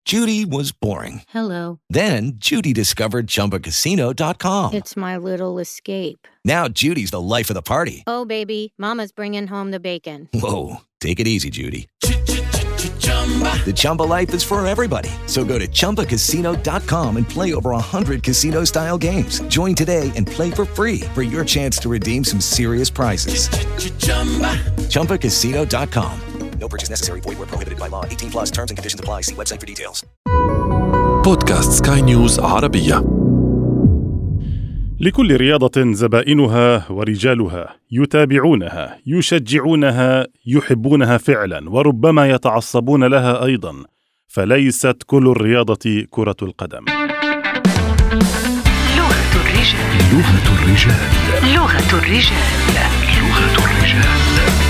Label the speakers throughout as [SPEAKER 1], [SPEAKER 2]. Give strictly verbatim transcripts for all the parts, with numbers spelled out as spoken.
[SPEAKER 1] Judy was boring.
[SPEAKER 2] Hello.
[SPEAKER 1] Then Judy discovered Chumba Casino dot com.
[SPEAKER 2] It's my little escape.
[SPEAKER 1] Now Judy's the life of the party.
[SPEAKER 2] Oh, baby, mama's bringing home the bacon.
[SPEAKER 1] Whoa, take it easy, Judy. The Chumba life is for everybody. So go to Chumba Casino dot com and play over one hundred casino-style games. Join today and play for free for your chance to redeem some serious prizes. Chumba Casino dot com. No purchase necessary. Void where prohibited by law. eighteen plus terms and conditions apply. See website for details.
[SPEAKER 3] بودكاست سكاي نيوز عربية.
[SPEAKER 4] لكل رياضة زبائنها ورجالها يتابعونها، يشجعونها، يحبونها فعلا، وربما يتعصبون لها أيضا، فليست كل الرياضة كرة القدم.
[SPEAKER 5] لغة الرجال.
[SPEAKER 3] لغة الرجال.
[SPEAKER 5] لغة الرجال.
[SPEAKER 3] لغة الرجال.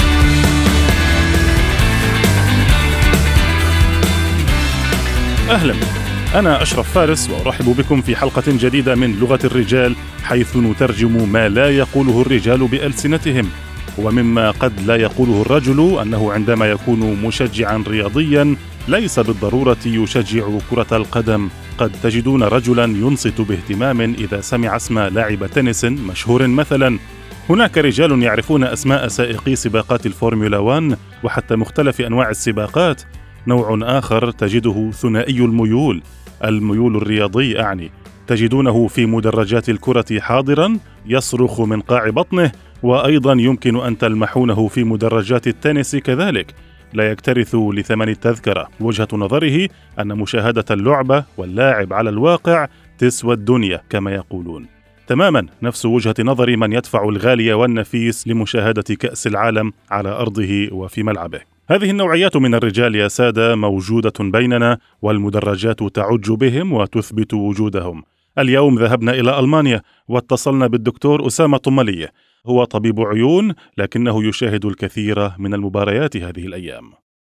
[SPEAKER 4] أهلا، أنا أشرف فارس وأرحب بكم في حلقة جديدة من لغة الرجال، حيث نترجم ما لا يقوله الرجال بألسنتهم. ومما قد لا يقوله الرجل أنه عندما يكون مشجعا رياضيا ليس بالضرورة يشجع كرة القدم. قد تجدون رجلا ينصت باهتمام إذا سمع اسم لاعب تنس مشهور مثلا. هناك رجال يعرفون أسماء سائقي سباقات الفورمولا واحد وحتى مختلف أنواع السباقات. نوع آخر تجده ثنائي الميول، الميول الرياضي أعني، تجدونه في مدرجات الكرة حاضرا يصرخ من قاع بطنه، وأيضا يمكن أن تلمحونه في مدرجات التنس كذلك، لا يكترث لثمن التذكرة. وجهة نظره أن مشاهدة اللعبة واللاعب على الواقع تسوى الدنيا كما يقولون. تماما نفس وجهة نظر من يدفع الغالي والنفيس لمشاهدة كأس العالم على أرضه وفي ملعبه. هذه النوعيات من الرجال يا سادة موجودة بيننا، والمدرجات تعج بهم وتثبت وجودهم. اليوم ذهبنا إلى ألمانيا واتصلنا بالدكتور أسامة طملية. هو طبيب عيون لكنه يشاهد الكثير من المباريات هذه الأيام.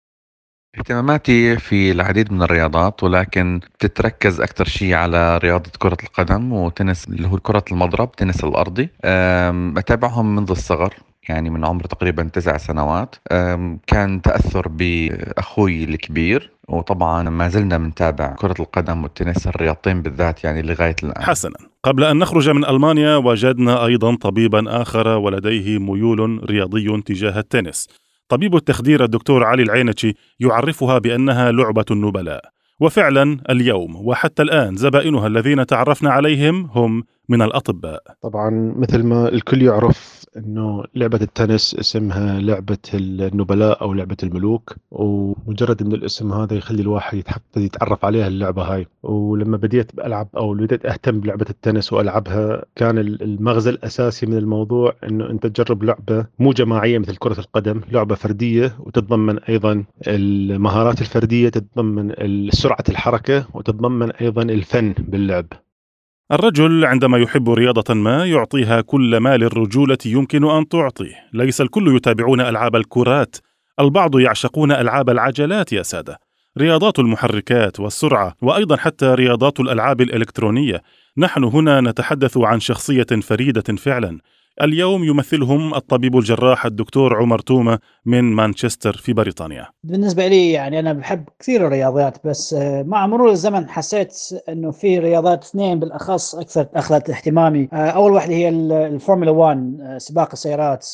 [SPEAKER 6] اهتماماتي في العديد من الرياضات، ولكن بتتركز أكثر شيء على رياضة كرة القدم وتنس اللي هو كرة المضرب، تنس الأرضي. أتابعهم منذ الصغر، يعني من عمر تقريبا تسع سنوات. كان تأثر بأخوي الكبير، وطبعا ما زلنا منتابع كرة القدم والتنس، الرياضتين بالذات يعني لغاية الآن.
[SPEAKER 4] حسنا، قبل أن نخرج من ألمانيا وجدنا أيضا طبيبا آخر ولديه ميول رياضي تجاه التنس. طبيب التخدير الدكتور علي العينتشي يعرفها بأنها لعبة النبلاء، وفعلا اليوم وحتى الآن زبائنها الذين تعرفنا عليهم هم من الأطباء.
[SPEAKER 7] طبعا مثل ما الكل يعرف أنه لعبة التنس اسمها لعبة النبلاء أو لعبة الملوك، ومجرد أن الاسم هذا يخلي الواحد يتعرف عليها اللعبة هاي. ولما بديت بألعب أو بديت أهتم بلعبة التنس وألعبها، كان المغزى الأساسي من الموضوع أنه أنت تجرب لعبة مو جماعية مثل كرة القدم، لعبة فردية وتتضمن أيضا المهارات الفردية، تتضمن سرعة الحركة، وتتضمن أيضا الفن باللعب.
[SPEAKER 4] الرجل عندما يحب رياضة ما يعطيها كل ما للرجولة يمكن أن تعطيه. ليس الكل يتابعون ألعاب الكرات، البعض يعشقون ألعاب العجلات يا سادة، رياضات المحركات والسرعة، وأيضا حتى رياضات الألعاب الإلكترونية. نحن هنا نتحدث عن شخصية فريدة فعلا. اليوم يمثلهم الطبيب الجراح الدكتور عمر تومة من مانشستر في بريطانيا.
[SPEAKER 8] بالنسبة لي يعني أنا بحب كثير الرياضيات، بس مع مرور الزمن حسيت أنه في رياضات اثنين بالأخص أكثر أخذت اهتمامي. أول واحدة هي الفورمولا واحد، سباق السيارات،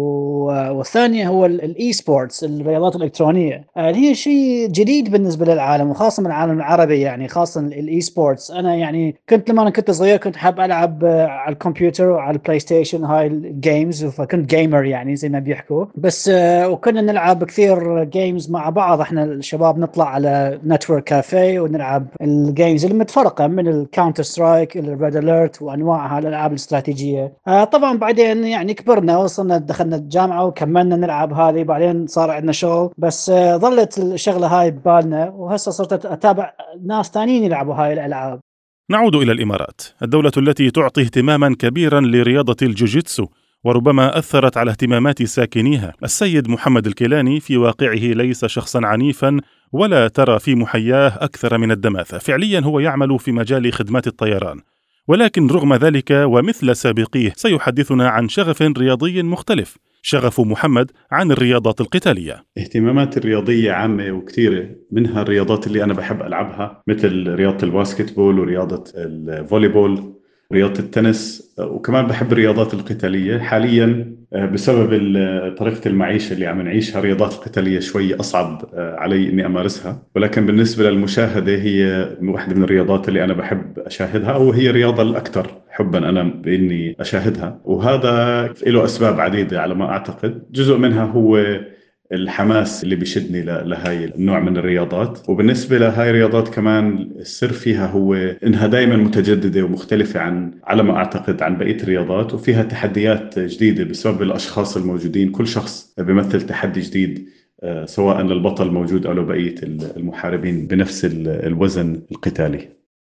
[SPEAKER 8] والثانية هو الإي سبورتس، الرياضات الإلكترونية. هي شيء جديد بالنسبة للعالم، وخاصة من العالم العربي، يعني خاصة الإي سبورتس. أنا يعني كنت لما أنا كنت صغير كنت حاب ألعب على الكمبيوتر وعلى البلاي ستيشن هاي الجيمز، فكنت جيمر يعني زي ما بيحكوا. بس وكنا نلعب كثير جيمز مع بعض، إحنا الشباب نطلع على نتورك كافيه ونلعب الجيمز المتفرقة من الكاونتر سترايك، الريد أليرت، وأنواعها الألعاب الاستراتيجية. طبعا بعدين يعني كبرنا، وصلنا دخلنا الجامعة وكملنا نلعب هذه، بعدين صار عندنا شغل، بس ظلت الشغلة هاي ببالنا، وهسه صرت أتابع ناس تانيين يلعبوا هاي الألعاب.
[SPEAKER 4] نعود إلى الإمارات، الدولة التي تعطي اهتماما كبيرا لرياضة الجوجيتسو، وربما أثرت على اهتمامات ساكنيها. السيد محمد الكيلاني في واقعه ليس شخصا عنيفا، ولا ترى في محياه أكثر من الدماثة. فعليا هو يعمل في مجال خدمات الطيران، ولكن رغم ذلك ومثل سابقيه سيحدثنا عن شغف رياضي مختلف، شغف محمد عن الرياضات القتالية.
[SPEAKER 9] اهتمامات الرياضية عامة وكثيرة، منها الرياضات اللي أنا بحب ألعبها مثل رياضة الباسكتبول ورياضة الفوليبول ورياضة التنس، وكمان بحب الرياضات القتالية. حاليا بسبب طريقة المعيشة اللي عم نعيشها الرياضات القتالية شوي أصعب علي إني أمارسها، ولكن بالنسبة للمشاهدة هي واحدة من الرياضات اللي أنا بحب أشاهدها، أو هي الرياضة الأكثر حبا أنا بإني أشاهدها. وهذا له أسباب عديدة على ما أعتقد، جزء منها هو الحماس اللي بيشدني لهاي النوع من الرياضات. وبالنسبة لهاي الرياضات كمان السر فيها هو إنها دائما متجددة ومختلفة عن على ما أعتقد عن بقية الرياضات، وفيها تحديات جديدة بسبب الأشخاص الموجودين. كل شخص بيمثل تحدي جديد، سواء للبطل موجود أو لبقية المحاربين بنفس الوزن القتالي.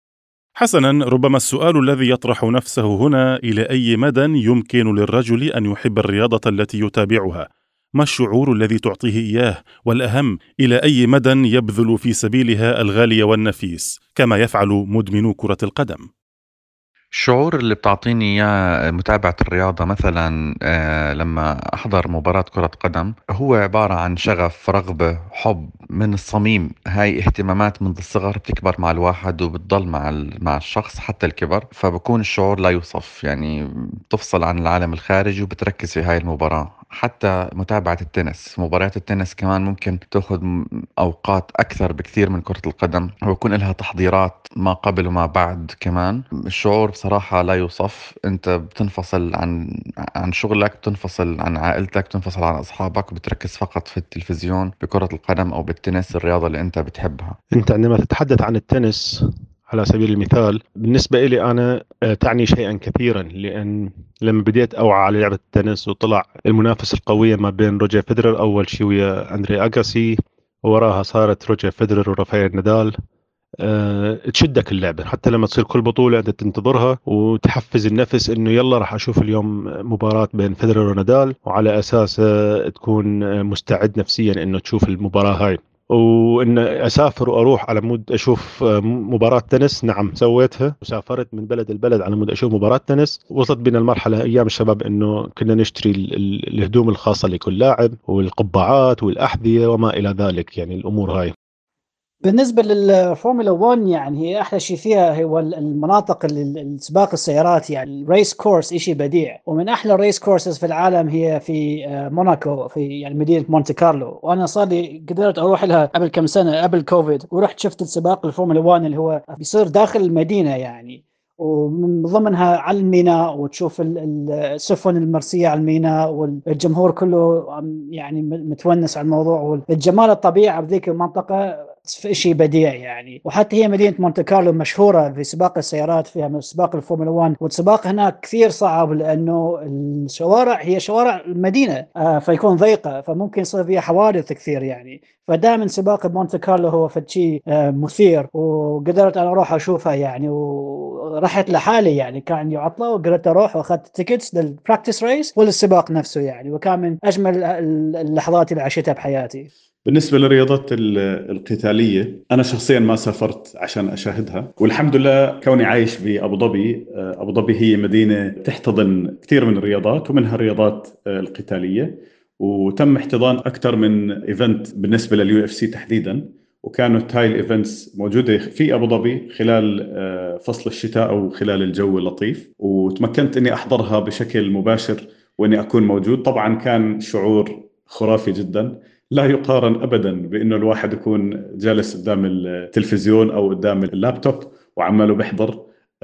[SPEAKER 4] حسناً، ربما السؤال الذي يطرح نفسه هنا: إلى أي مدى يمكن للرجل أن يحب الرياضة التي يتابعها؟ ما الشعور الذي تعطيه إياه؟ والأهم، إلى أي مدى يبذل في سبيلها الغالي والنفيس كما يفعل مدمنو كرة القدم؟
[SPEAKER 6] الشعور اللي بتعطيني إياه متابعة الرياضة مثلا آه لما أحضر مباراة كرة قدم هو عبارة عن شغف، رغبة، حب من الصميم. هاي اهتمامات منذ الصغر بتكبر مع الواحد وبتضل مع مع الشخص حتى الكبر، فبكون الشعور لا يوصف. يعني بتفصل عن العالم الخارجي وبتركز في هاي المباراة. حتى متابعة التنس، مباريات التنس كمان ممكن تأخذ أوقات أكثر بكثير من كرة القدم، ويكون لها تحضيرات ما قبل وما بعد. كمان الشعور بصراحة لا يوصف. أنت بتنفصل عن عن شغلك، بتنفصل عن عائلتك، بتنفصل عن أصحابك، وبتركز فقط في التلفزيون بكرة القدم أو بالتنس، الرياضة اللي أنت بتحبها.
[SPEAKER 7] أنت عندما تتحدث عن التنس على سبيل المثال، بالنسبة لي أنا تعني شيئا كثيرا، لأن لما بديت أوعى على لعبة التنس وطلع المنافسة القوية ما بين روجر فيدرر أول شيء ويا أندري أغاسي، ووراها صارت روجر فيدرر ورافائيل نادال، أه، تشدك اللعبة. حتى لما تصير كل بطولة أنت تنتظرها وتحفز النفس إنه يلا راح أشوف اليوم مباراة بين فيدرر ونادال، وعلى أساس تكون مستعد نفسيا إنه تشوف المباراة هاي. وإن أسافر وأروح على مود أشوف مباراة تنس، نعم سويتها، وسافرت من بلد البلد على مود أشوف مباراة تنس. وصلت بنا المرحلة أيام الشباب إنه كنا نشتري الهدوم الخاصة لكل لاعب والقبعات والأحذية وما إلى ذلك، يعني الأمور هاي.
[SPEAKER 8] بالنسبة للفورمولا واحد يعني هي أحلى شيء فيها هو المناطق السباق السيارات، يعني الريس كورس إشي بديع. ومن أحلى الريس كورسز في العالم هي في موناكو، في يعني مدينة مونte كارلو. وأنا صار لي قدرت أروح لها قبل كم سنة قبل كوفيد، ورحت شفت السباق الفورمولا واحد اللي هو بيصير داخل المدينة يعني، ومن ضمنها على الميناء، وتشوف السفن المرسية على الميناء، والجمهور كله يعني متونس على الموضوع، والجمال الطبيعة بذيك المنطقة في شيء بديع يعني. وحتى هي مدينة مونte كارلو مشهورة في سباق السيارات، فيها من سباق الفورمولا واحد، والسباق هناك كثير صعب لأنه الشوارع هي شوارع المدينة آه فيكون ضيقة، فممكن يصير فيها حوادث كثير يعني. فدائما سباق مونte كارلو هو فشي آه مثير، وقدرت أنا أروح أشوفها يعني، ورحت لحالي يعني، كان عندي عطلة وقدرت أروح وأخذت تيكتس للبراكتس ريس وللسباق نفسه يعني، وكان من أجمل اللحظات اللي عشتها بحياتي.
[SPEAKER 9] بالنسبة للرياضات القتالية أنا شخصيا ما سافرت عشان أشاهدها، والحمد لله كوني عايش بأبو ظبي. أبو ظبي هي مدينة تحتضن كثير من الرياضات ومنها الرياضات القتالية، وتم احتضان أكثر من إيفنت بالنسبة لليو اف سي تحديدا، وكانت هاي الإيفنتس موجودة في أبو ظبي خلال فصل الشتاء أو خلال الجو اللطيف، وتمكنت أني أحضرها بشكل مباشر وأني أكون موجود. طبعا كان شعور خرافي جدا، لا يقارن أبدا بأنه الواحد يكون جالس قدام التلفزيون أو قدام اللابتوب وعماله بيحضر.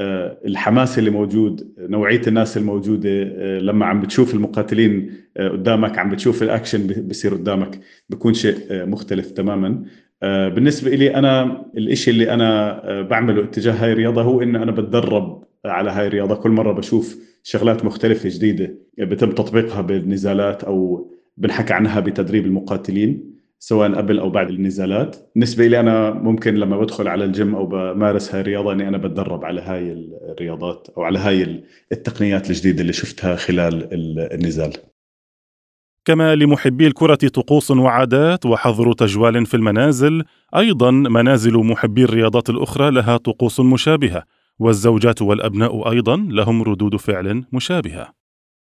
[SPEAKER 9] الحماس اللي موجود، نوعية الناس الموجودة، لما عم بتشوف المقاتلين قدامك، عم بتشوف الأكشن بيصير قدامك، بيكون شيء مختلف تماما. بالنسبة لي أنا الإشي اللي أنا بعمله اتجاه هاي الرياضة هو إن أنا بتدرب على هاي الرياضة. كل مرة بشوف شغلات مختلفة جديدة بتم تطبيقها بالنزالات أو بنحكي عنها بتدريب المقاتلين سواء قبل أو بعد النزالات. بالنسبة لي أنا ممكن لما بدخل على الجيم أو بمارس هاي الرياضة أني أنا بتدرب على هاي الرياضات أو على هاي التقنيات الجديدة اللي شفتها خلال النزال.
[SPEAKER 4] كما لمحبي الكرة طقوس وعادات وحظر تجوال في المنازل، أيضا منازل محبي الرياضات الأخرى لها طقوس مشابهة، والزوجات والأبناء أيضا لهم ردود فعل مشابهة.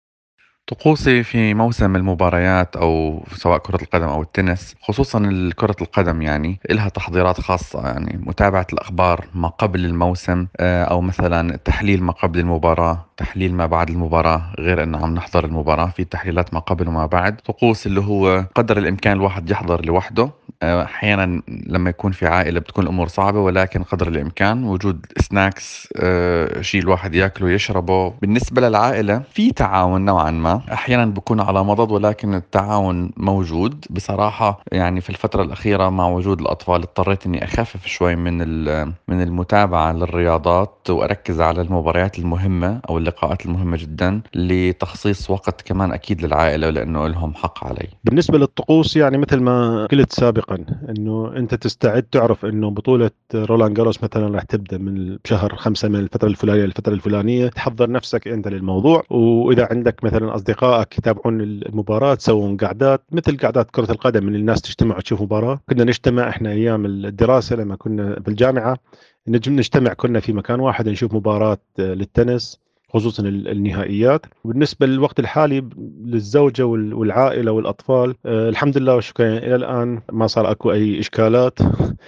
[SPEAKER 6] طقوسي في موسم المباريات أو سواء كرة القدم أو التنس، خصوصا كرة القدم، يعني إلها تحضيرات خاصة، يعني متابعة الأخبار ما قبل الموسم، أو مثلا تحليل ما قبل المباراة، تحليل ما بعد المباراة، غير أنه عم نحضر المباراة في تحليلات ما قبل وما بعد. طقوس اللي هو قدر الإمكان الواحد يحضر لوحده، أحيانا لما يكون في عائلة بتكون الأمور صعبة، ولكن قدر الإمكان وجود سناكس، شيء الواحد يأكله ويشربه. بالنسبة للعائلة في تعاون نوعا ما، أحيانا بكون على مضض ولكن التعاون موجود بصراحة. يعني في الفترة الأخيرة مع وجود الأطفال اضطريت أني أخفف شوي من من المتابعة للرياضات وأركز على المباريات المهمة أو اللقاءات المهمة جدا، لتخصيص وقت كمان أكيد للعائلة لأنه لهم حق علي.
[SPEAKER 7] بالنسبة للطقوس، يعني مثل ما قلت سابقا أنه أنت تستعد، تعرف أنه بطولة رولان جاروس مثلا راح تبدأ من شهر خمسة من الفترة الفلانية للفترة الفلانية، تحضر نفسك أنت للموضوع. وإذا عندك مثلا أصدقائك يتابعون المباراة، تسوون قعدات مثل قعدات كرة القدم، من الناس تجتمع وتشوف مباراة. كنا نجتمع إحنا أيام الدراسة لما كنا في الجامعة، نجم نجتمع كنا في مكان واحد نشوف مباراة للتنس، خصوصا النهائيات. بالنسبة للوقت الحالي للزوجة والعائلة والأطفال، الحمد لله والشكر إلى الآن ما صار أكو أي إشكالات.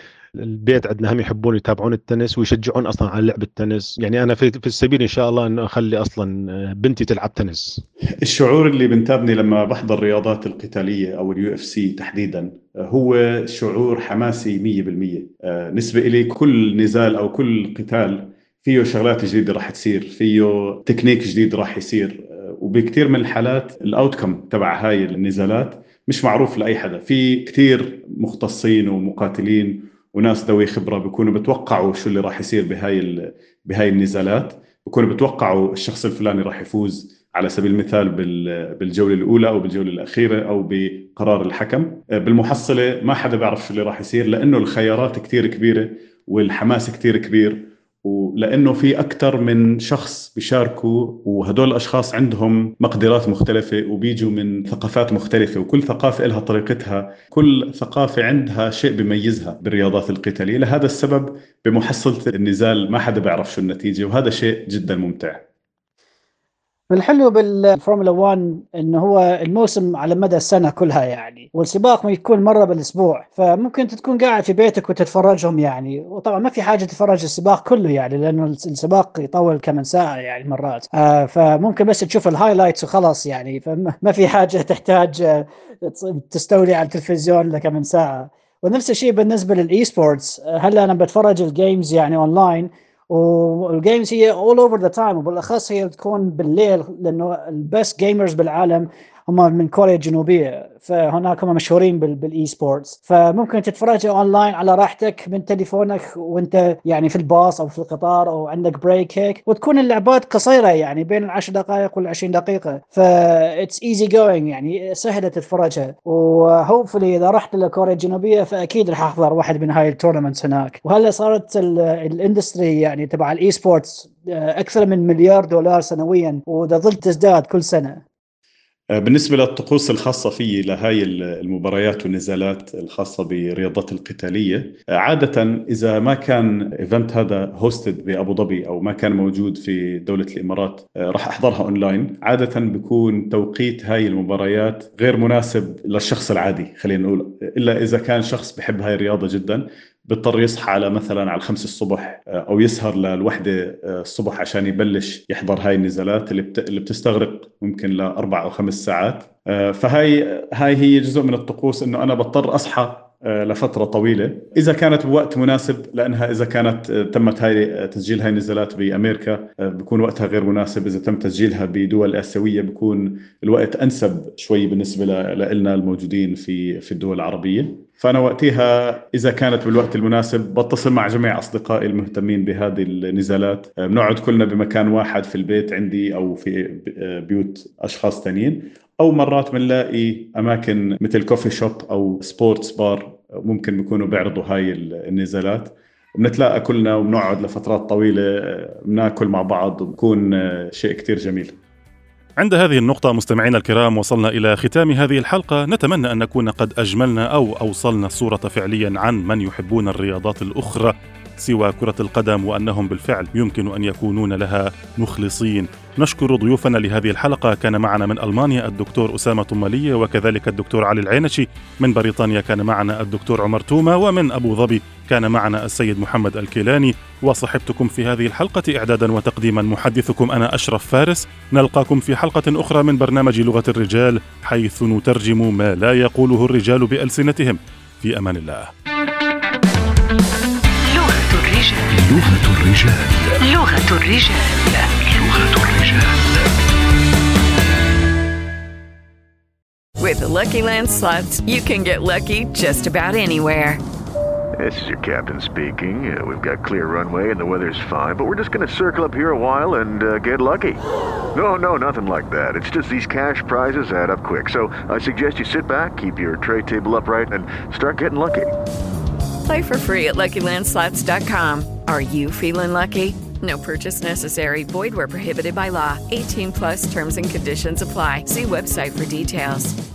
[SPEAKER 7] البيت عندنا هم يحبون يتابعون التنس ويشجعون أصلا على لعب التنس. يعني أنا في في السبيل إن شاء الله أن أخلي أصلا بنتي تلعب تنس.
[SPEAKER 9] الشعور اللي بنتابني لما بحضر الرياضات القتالية أو اليو اف سي تحديدا هو شعور حماسي مية بالمية. نسبة إلي كل نزال أو كل قتال فيه شغلات جديدة راح تصير، فيه تكنيك جديد راح يصير، وبكتير من الحالات الأوتكم تبع هاي النزالات مش معروف لأي حدا. في كتير مختصين ومقاتلين وناس ذوي خبرة بيكونوا بتوقعوا شو اللي راح يصير بهاي بهاي النزالات، بيكونوا بتوقعوا الشخص الفلاني راح يفوز على سبيل المثال بالجولة الأولى أو بالجولة الأخيرة أو بقرار الحكم. بالمحصلة ما حدا بيعرف شو اللي راح يصير، لأنه الخيارات كتير كبيرة والحماس كتير كبير، ولأنه في أكثر من شخص بيشاركوا، وهدول الأشخاص عندهم مقدرات مختلفة وبيجوا من ثقافات مختلفة، وكل ثقافة لها طريقتها، كل ثقافة عندها شيء بيميزها بالرياضات القتالية. لهذا السبب بمحصلة النزال ما حدا بيعرف شو النتيجة، وهذا شيء جدا ممتع.
[SPEAKER 8] الحلو بالفورمولا واحد انه هو الموسم على مدى السنة كلها يعني، والسباق ما يكون مرة بالاسبوع، فممكن تكون قاعد في بيتك وتتفرجهم يعني. وطبعا ما في حاجة تتفرج السباق كله يعني، لانه السباق يطول كمان ساعة يعني مرات، آه فممكن بس تشوف الهايلايتس وخلاص يعني، فما في حاجة تحتاج آه تستولي على التلفزيون لكمان ساعة. ونفس الشيء بالنسبة للإي سبورتس، هلا أنا بتفرج الجيمز يعني أونلاين، والجيمز هي all over the time، وبالأخص هي تكون بالليل، لأنه البست جيمرز بالعالم هم من كوريا الجنوبية، فهناك هم مشهورين بالإي سبورتس. فممكن تتفرج أونلاين على راحتك من تليفونك وانت يعني في الباص أو في القطار أو عندك بريك هيك، وتكون اللعبات قصيرة يعني بين العشر دقائق والعشرين دقيقة، ف it's easy going يعني سهلة تتفرجها. وهوفلي إذا رحت لكوريا الجنوبية فأكيد رح أحضر واحد من هاي التورنمنتس هناك. وهلا صارت الاندستري يعني تبع الإي سبورتس أكثر من مليار دولار سنويا، وده ظل تزداد كل سنة.
[SPEAKER 9] بالنسبة للطقوس الخاصة فيه لهاي المباريات والنزالات الخاصة بالرياضات القتالية، عادة إذا ما كان إيفنت هذا هوستد بأبو ظبي أو ما كان موجود في دولة الإمارات، راح أحضرها أونلاين. عادة بيكون توقيت هاي المباريات غير مناسب للشخص العادي، خلينا نقول، إلا إذا كان شخص بحب هاي الرياضة جدا، بيضطر يصحى على مثلا على الخمس الصبح أو يسهر للوحدة الصبح عشان يبلش يحضر هاي النزالات اللي, بت... اللي بتستغرق ممكن لأربع أو خمس ساعات. فهاي هاي هي جزء من الطقوس، إنه أنا بضطر أصحى لفترة طويلة إذا كانت بوقت مناسب، لأنها إذا كانت تمت هاي تسجيل هاي النزالات بأمريكا بيكون وقتها غير مناسب. إذا تم تسجيلها بدول آسيوية بيكون الوقت أنسب شوي بالنسبة لنا الموجودين في في الدول العربية. فأنا وقتها إذا كانت بالوقت المناسب بتصل مع جميع أصدقائي المهتمين بهذه النزالات، بنقعد كلنا بمكان واحد في البيت عندي أو في بيوت أشخاص تانيين، أو مرات بنلاقي أماكن مثل كوفي شوب أو سبورتس بار ممكن بيكونوا بيعرضوا هاي النزالات، وبنتلاقى كلنا وبنقعد لفترات طويلة بناكل مع بعض، وبكون شيء كتير جميل.
[SPEAKER 4] عند هذه النقطة مستمعينا الكرام وصلنا إلى ختام هذه الحلقة. نتمنى أن نكون قد أجملنا أو أوصلنا الصورة فعليا عن من يحبون الرياضات الأخرى سوى كرة القدم، وأنهم بالفعل يمكن أن يكونون لها مخلصين. نشكر ضيوفنا لهذه الحلقة. كان معنا من ألمانيا الدكتور أسامة طمالية، وكذلك الدكتور علي العينشي. من بريطانيا كان معنا الدكتور عمر توما، ومن أبو ظبي كان معنا السيد محمد الكيلاني. وصحبتكم في هذه الحلقة إعدادا وتقديما محدثكم أنا أشرف فارس. نلقاكم في حلقة أخرى من برنامج لغة الرجال، حيث نترجم ما لا يقوله الرجال بألسنتهم. في أمان الله.
[SPEAKER 5] لغة الرجال.
[SPEAKER 3] لغة الرجال.
[SPEAKER 5] لغة الرجال.
[SPEAKER 3] لغة الرجال.
[SPEAKER 10] With the Lucky Land Slots, you can get lucky just about anywhere.
[SPEAKER 11] This is your captain speaking. Uh, we've got clear runway and the weather's fine, but we're just going to circle up here a while and uh, get lucky. No, no, nothing like that. It's just these cash prizes add up quick. So I suggest you sit back, keep your tray table upright, and start getting lucky.
[SPEAKER 10] Play for free at Lucky Land Slots dot com. Are you feeling lucky? No purchase necessary. Void where prohibited by law. eighteen plus terms and conditions apply. See website for details.